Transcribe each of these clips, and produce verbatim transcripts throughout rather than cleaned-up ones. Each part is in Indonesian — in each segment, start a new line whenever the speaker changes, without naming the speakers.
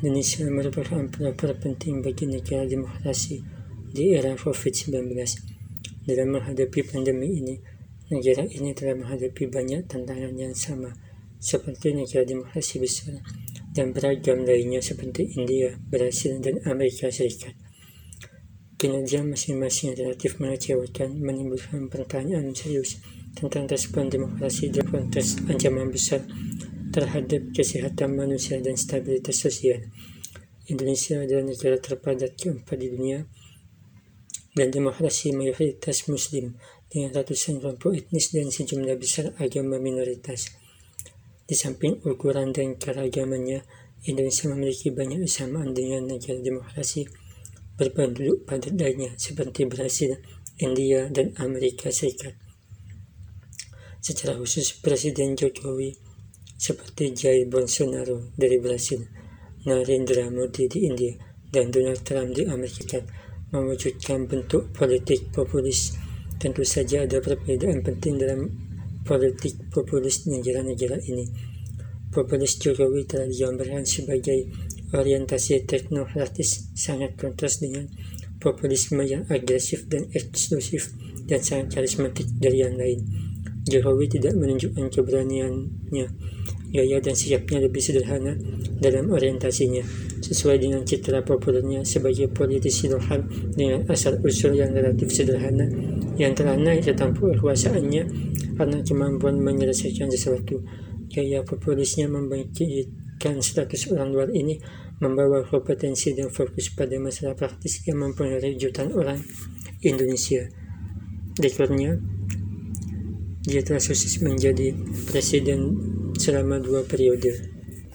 Indonesia merupakan pelopor penting bagi negara demokrasi di era covid sembilan belas. Dalam menghadapi pandemi ini, negara ini telah menghadapi banyak tantangan yang sama, seperti negara demokrasi besar dan beragam lainnya seperti India, Brasil, dan Amerika Serikat. Kinerja masing-masing relatif mengecewakan, menimbulkan pertanyaan serius tentang respon demokrasi dalam konteks ancaman besar terhadap kesehatan manusia dan stabilitas sosial. Indonesia adalah negara terpadat keempat di dunia dan demokrasi mayoritas muslim dengan ratusan kelompok etnis dan sejumlah besar agama minoritas. Di samping ukuran dan keragamannya, Indonesia memiliki banyak kesamaan dengan negara demokrasi berpenduduk padat lainnya seperti Brasil, India, dan Amerika Serikat. Secara khusus, Presiden Jokowi seperti Jair Bolsonaro dari Brasil, Narendra Modi di India, dan Donald Trump di Amerika Serikat mewujudkan bentuk politik populis. Tentu saja ada perbedaan penting dalam politik populis negara-negara ini. Populis Jokowi telah digambarkan sebagai orientasi teknokratis, sangat kontras dengan populisme yang agresif dan eksklusif dan sangat karismatik dari yang lain. Jokowi tidak menunjukkan keberaniannya, gaya dan sikapnya lebih sederhana dalam orientasinya, sesuai dengan citra populernya sebagai politisi lokal dengan asal-usul yang relatif sederhana, yang telah naik ke tampuk kekuasaannya karena kemampuan menyelesaikan sesuatu. Gaya populisnya membangkitkan status orang luar ini, membawa kompetensi dan fokus pada masalah praktis yang mempengaruhi jutaan orang Indonesia. Rekornya, dia telah sukses menjadi presiden selama dua periode.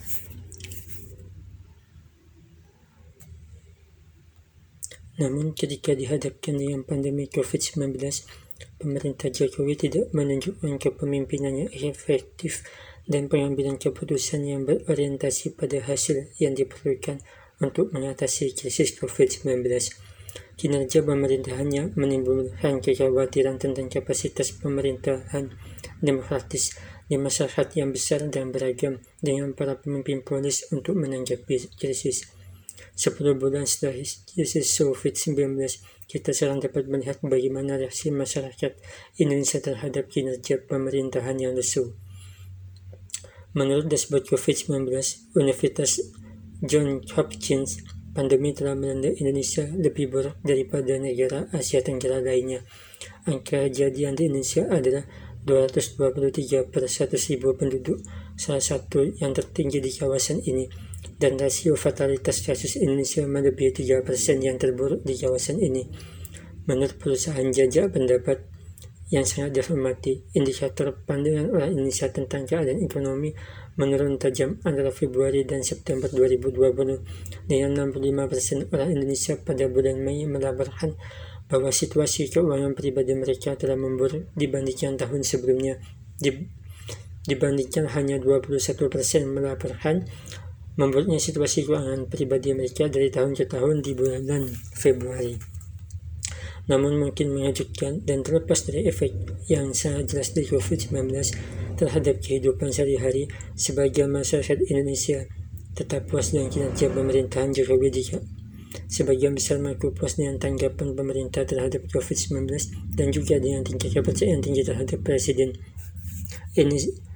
Namun ketika dihadapkan dengan pandemi covid sembilan belas, pemerintah Jokowi tidak menunjukkan kepemimpinan yang efektif dan pengambilan keputusan yang berorientasi pada hasil yang diperlukan untuk mengatasi krisis covid sembilan belas. Kinerja pemerintahannya menimbulkan kekhawatiran tentang kapasitas pemerintahan demokratis di masyarakat yang besar dan beragam dengan para pemimpin polis untuk menanggapi krisis. Sepuluh bulan setelah krisis covid sembilan belas, kita sekarang dapat melihat bagaimana reaksi masyarakat Indonesia terhadap kinerja pemerintahan yang lesu. Menurut dashboard covid sembilan belas Universitas Johns Hopkins, pandemi telah melanda Indonesia lebih buruk daripada negara Asia Tenggara lainnya. Angka kejadian di Indonesia adalah dua ratus dua puluh tiga per seratus ribu penduduk, salah satu yang tertinggi di kawasan ini, dan rasio fatalitas kasus Indonesia melebihi tiga persen yang terburuk di kawasan ini. Menurut perusahaan jajak pendapat yang sangat dihormati, indikator pandangan orang Indonesia tentang keadaan ekonomi menurun tajam antara Februari dan September dua ribu dua puluh, dengan enam puluh lima persen orang Indonesia pada bulan Mei melaporkan bahwa situasi keuangan pribadi mereka telah memburuk dibandingkan tahun sebelumnya. Dibandingkan hanya dua puluh satu persen melaporkan memburuknya situasi keuangan pribadi mereka dari tahun ke tahun di bulan Februari. Namun mungkin mengejutkan dan terlepas dari efek yang sangat jelas dari covid sembilan belas terhadap kehidupan sehari-hari, sebagian masyarakat Indonesia tetap puas dengan kinerja pemerintahan Jokowi. Jika sebagian besar mengaku puas dengan tanggapan pemerintah terhadap covid sembilan belas dan juga dengan tingkat kepercayaan tinggi terhadap presiden. Ini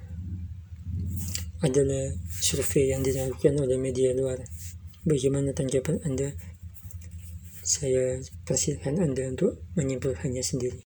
adalah survei yang dilakukan oleh media luar. Bagaimana tanggapan Anda? Saya persilahkan Anda untuk menyimpulkannya sendiri.